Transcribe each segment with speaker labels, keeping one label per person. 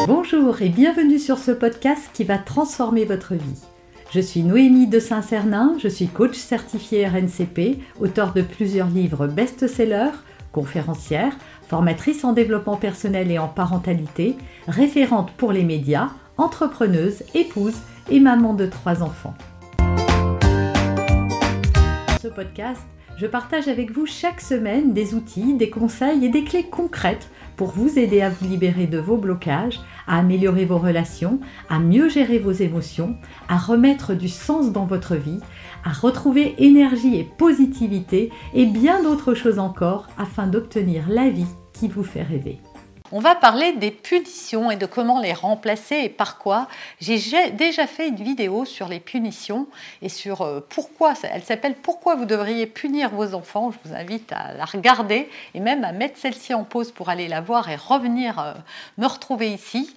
Speaker 1: Bonjour et bienvenue sur ce podcast qui va transformer votre vie. Je suis Noémie de Saint-Cernin, je suis coach certifiée RNCP, auteure de plusieurs livres best-sellers, conférencière, formatrice en développement personnel et en parentalité, référente pour les médias, entrepreneuse, épouse et maman de 3 enfants. Dans ce podcast, je partage avec vous chaque semaine des outils, des conseils et des clés concrètes pour vous aider à vous libérer de vos blocages, à améliorer vos relations, à mieux gérer vos émotions, à remettre du sens dans votre vie, à retrouver énergie et positivité et bien d'autres choses encore afin d'obtenir la vie qui vous fait rêver.
Speaker 2: On va parler des punitions et de comment les remplacer et par quoi. J'ai déjà fait une vidéo sur les punitions et sur pourquoi, elle s'appelle « Pourquoi vous devriez punir vos enfants ». Je vous invite à la regarder et même à mettre celle-ci en pause pour aller la voir et revenir me retrouver ici.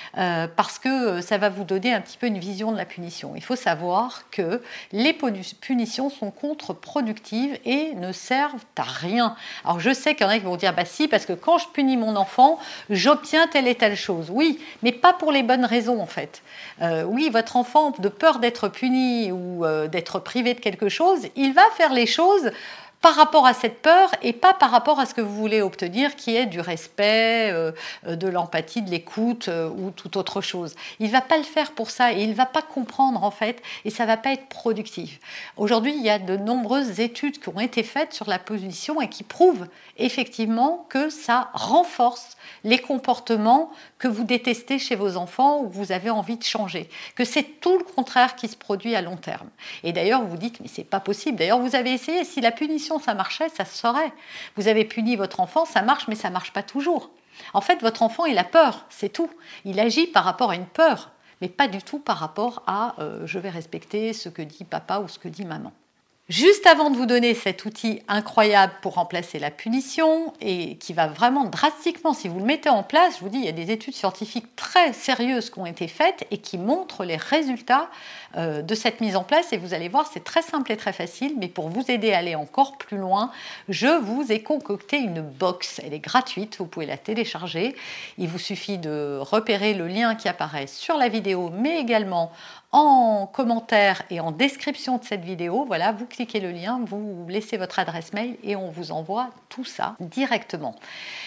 Speaker 2: Parce que ça va vous donner un petit peu une vision de la punition. Il faut savoir que les punitions sont contre-productives et ne servent à rien. Alors je sais qu'il y en a qui vont dire « bah si, parce que quand je punis mon enfant, j'obtiens telle et telle chose ». Oui, mais pas pour les bonnes raisons en fait. Oui, votre enfant, de peur d'être puni ou d'être privé de quelque chose, il va faire les choses par rapport à cette peur et pas par rapport à ce que vous voulez obtenir, qui est du respect, de l'empathie, de l'écoute ou toute autre chose. Il ne va pas le faire pour ça et il ne va pas comprendre en fait et ça ne va pas être productif. Aujourd'hui, il y a de nombreuses études qui ont été faites sur la punition et qui prouvent effectivement que ça renforce les comportements que vous détestez chez vos enfants ou que vous avez envie de changer. Que c'est tout le contraire qui se produit à long terme. Et d'ailleurs, vous vous dites, mais c'est pas possible. D'ailleurs, vous avez essayé, si la punition ça marchait, ça se saurait. Vous avez puni votre enfant, ça marche, mais ça marche pas toujours. En fait, votre enfant, il a peur, c'est tout. Il agit par rapport à une peur, mais pas du tout par rapport à je vais respecter ce que dit papa ou ce que dit maman. Juste avant de vous donner cet outil incroyable pour remplacer la punition et qui va vraiment drastiquement, si vous le mettez en place, je vous dis, il y a des études scientifiques très sérieuses qui ont été faites et qui montrent les résultats de cette mise en place et vous allez voir, c'est très simple et très facile, mais pour vous aider à aller encore plus loin, je vous ai concocté une box. Elle est gratuite, vous pouvez la télécharger. Il vous suffit de repérer le lien qui apparaît sur la vidéo, mais également en commentaire et en description de cette vidéo. Voilà, vous cliquez le lien, vous laissez votre adresse mail et on vous envoie tout ça directement.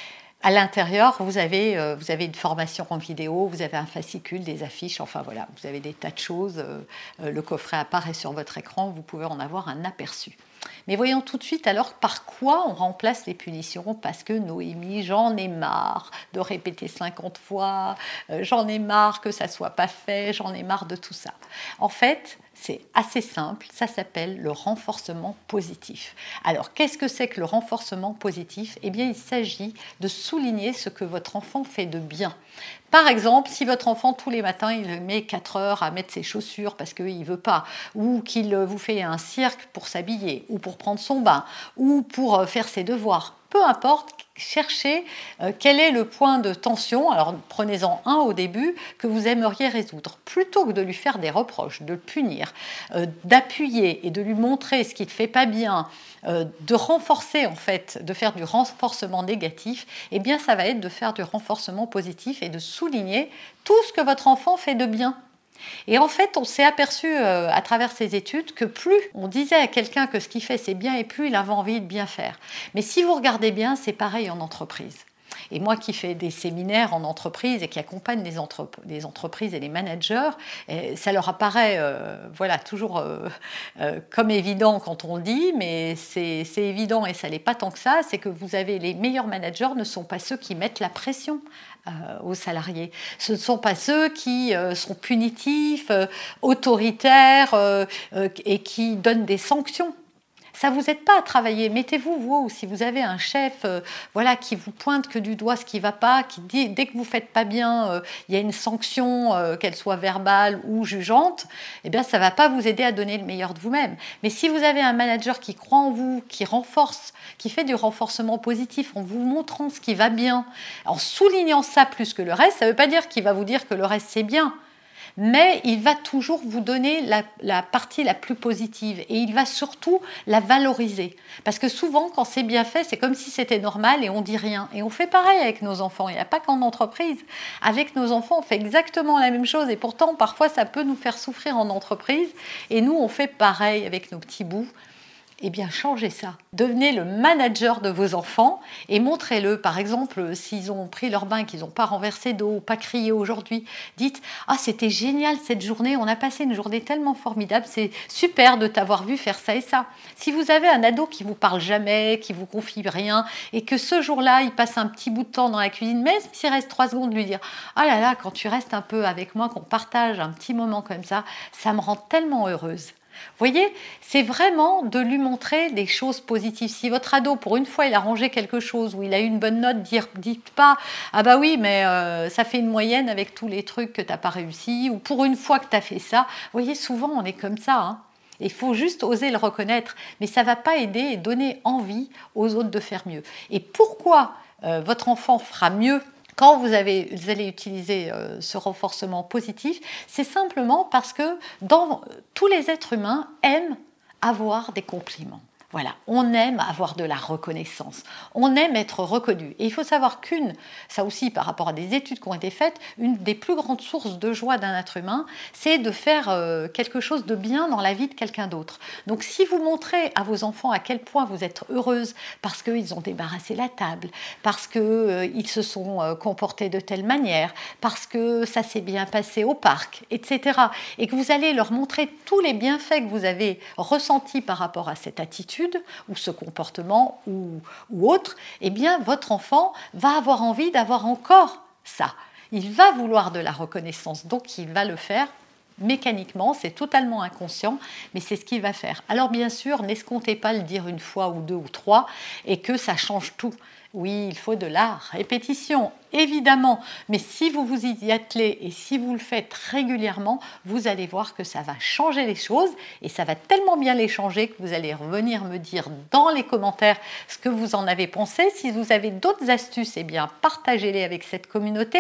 Speaker 2: À l'intérieur, vous avez une formation en vidéo, vous avez un fascicule, des affiches, enfin voilà, vous avez des tas de choses. Le coffret apparaît sur votre écran, vous pouvez en avoir un aperçu. Mais voyons tout de suite alors par quoi on remplace les punitions. Parce que Noémie, j'en ai marre de répéter 50 fois, j'en ai marre que ça ne soit pas fait, j'en ai marre de tout ça. En fait, c'est assez simple, ça s'appelle le renforcement positif. Alors, qu'est-ce que c'est que le renforcement positif ? Eh bien, il s'agit de souligner ce que votre enfant fait de bien. Par exemple, si votre enfant, tous les matins, il met 4 heures à mettre ses chaussures parce qu'il ne veut pas, ou qu'il vous fait un cirque pour s'habiller, ou pour prendre son bain, ou pour faire ses devoirs, peu importe, cherchez quel est le point de tension, alors prenez-en un au début, que vous aimeriez résoudre. Plutôt que de lui faire des reproches, de le punir, d'appuyer et de lui montrer ce qui ne fait pas bien, de renforcer en fait, de faire du renforcement négatif, eh bien ça va être de faire du renforcement positif et de souligner tout ce que votre enfant fait de bien. Et en fait, on s'est aperçu à travers ces études que plus on disait à quelqu'un que ce qu'il fait c'est bien et plus il avait envie de bien faire. Mais si vous regardez bien, c'est pareil en entreprise. Et moi qui fais des séminaires en entreprise et qui accompagne les entreprises et les managers, ça leur apparaît toujours comme évident quand on le dit, mais c'est évident et ça n'est pas tant que ça, c'est que vous avez les meilleurs managers ne sont pas ceux qui mettent la pression aux salariés. Ce ne sont pas ceux qui sont punitifs, autoritaires et qui donnent des sanctions. Ça ne vous aide pas à travailler. Mettez-vous, vous, si vous avez un chef qui vous pointe que du doigt ce qui ne va pas, qui dit dès que vous ne faites pas bien, il y a une sanction, qu'elle soit verbale ou jugeante, eh bien, ça ne va pas vous aider à donner le meilleur de vous-même. Mais si vous avez un manager qui croit en vous, qui renforce, qui fait du renforcement positif en vous montrant ce qui va bien, en soulignant ça plus que le reste, ça ne veut pas dire qu'il va vous dire que le reste c'est bien. mais il va toujours vous donner la partie la plus positive et il va surtout la valoriser. Parce que souvent, quand c'est bien fait, c'est comme si c'était normal et on dit rien. Et on fait pareil avec nos enfants. Il n'y a pas qu'en entreprise. Avec nos enfants, on fait exactement la même chose et pourtant, parfois, ça peut nous faire souffrir en entreprise. Et nous, on fait pareil avec nos petits bouts. Eh bien, changez ça. Devenez le manager de vos enfants et montrez-le. Par exemple, s'ils ont pris leur bain, qu'ils n'ont pas renversé d'eau ou pas crié aujourd'hui, dites « Ah, c'était génial cette journée, on a passé une journée tellement formidable, c'est super de t'avoir vu faire ça et ça. » Si vous avez un ado qui ne vous parle jamais, qui ne vous confie rien et que ce jour-là, il passe un petit bout de temps dans la cuisine, même s'il reste 3 secondes, lui dire « Ah là là, quand tu restes un peu avec moi, qu'on partage un petit moment comme ça, ça me rend tellement heureuse. » Vous voyez, c'est vraiment de lui montrer des choses positives. Si votre ado, pour une fois, il a rangé quelque chose ou il a eu une bonne note, dites pas « Ah bah oui, mais ça fait une moyenne avec tous les trucs que tu n'as pas réussi » ou « Pour une fois que tu as fait ça ». Vous voyez, souvent, on est comme ça. Hein. Il faut juste oser le reconnaître. Mais ça ne va pas aider et donner envie aux autres de faire mieux. Et pourquoi votre enfant fera mieux quand vous allez utiliser ce renforcement positif, c'est simplement parce que tous les êtres humains aiment avoir des compliments. Voilà, on aime avoir de la reconnaissance, on aime être reconnu. Et il faut savoir ça aussi par rapport à des études qui ont été faites, une des plus grandes sources de joie d'un être humain, c'est de faire quelque chose de bien dans la vie de quelqu'un d'autre. Donc si vous montrez à vos enfants à quel point vous êtes heureuse parce qu'ils ont débarrassé la table, parce qu'ils se sont comportés de telle manière, parce que ça s'est bien passé au parc, etc. Et que vous allez leur montrer tous les bienfaits que vous avez ressentis par rapport à cette attitude, ou ce comportement ou autre, eh bien votre enfant va avoir envie d'avoir encore ça. Il va vouloir de la reconnaissance, donc il va le faire mécaniquement, c'est totalement inconscient, mais c'est ce qu'il va faire. Alors bien sûr, n'escomptez pas le dire une fois ou 2 ou 3 et que ça change tout. Oui, il faut de la répétition, évidemment, mais si vous vous y attelez et si vous le faites régulièrement, vous allez voir que ça va changer les choses et ça va tellement bien les changer que vous allez revenir me dire dans les commentaires ce que vous en avez pensé. Si vous avez d'autres astuces, eh bien partagez-les avec cette communauté.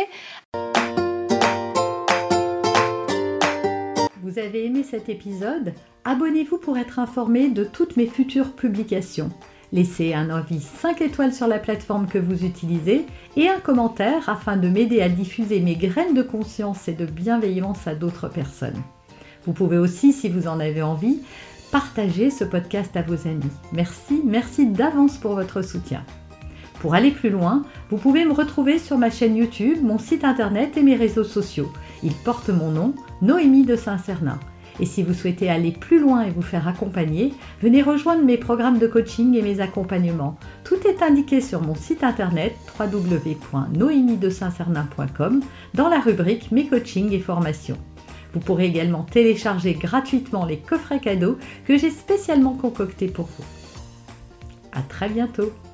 Speaker 1: Vous avez aimé cet épisode? Abonnez-vous pour être informé de toutes mes futures publications. Laissez un avis 5 étoiles sur la plateforme que vous utilisez et un commentaire afin de m'aider à diffuser mes graines de conscience et de bienveillance à d'autres personnes. Vous pouvez aussi, si vous en avez envie, partager ce podcast à vos amis. Merci d'avance pour votre soutien. Pour aller plus loin, vous pouvez me retrouver sur ma chaîne YouTube, mon site internet et mes réseaux sociaux. Ils portent mon nom, Noémie de Saint-Cernin. Et si vous souhaitez aller plus loin et vous faire accompagner, venez rejoindre mes programmes de coaching et mes accompagnements. Tout est indiqué sur mon site internet www.noemiedesaintcernin.com dans la rubrique Mes coachings et formations. Vous pourrez également télécharger gratuitement les coffrets cadeaux que j'ai spécialement concoctés pour vous. À très bientôt!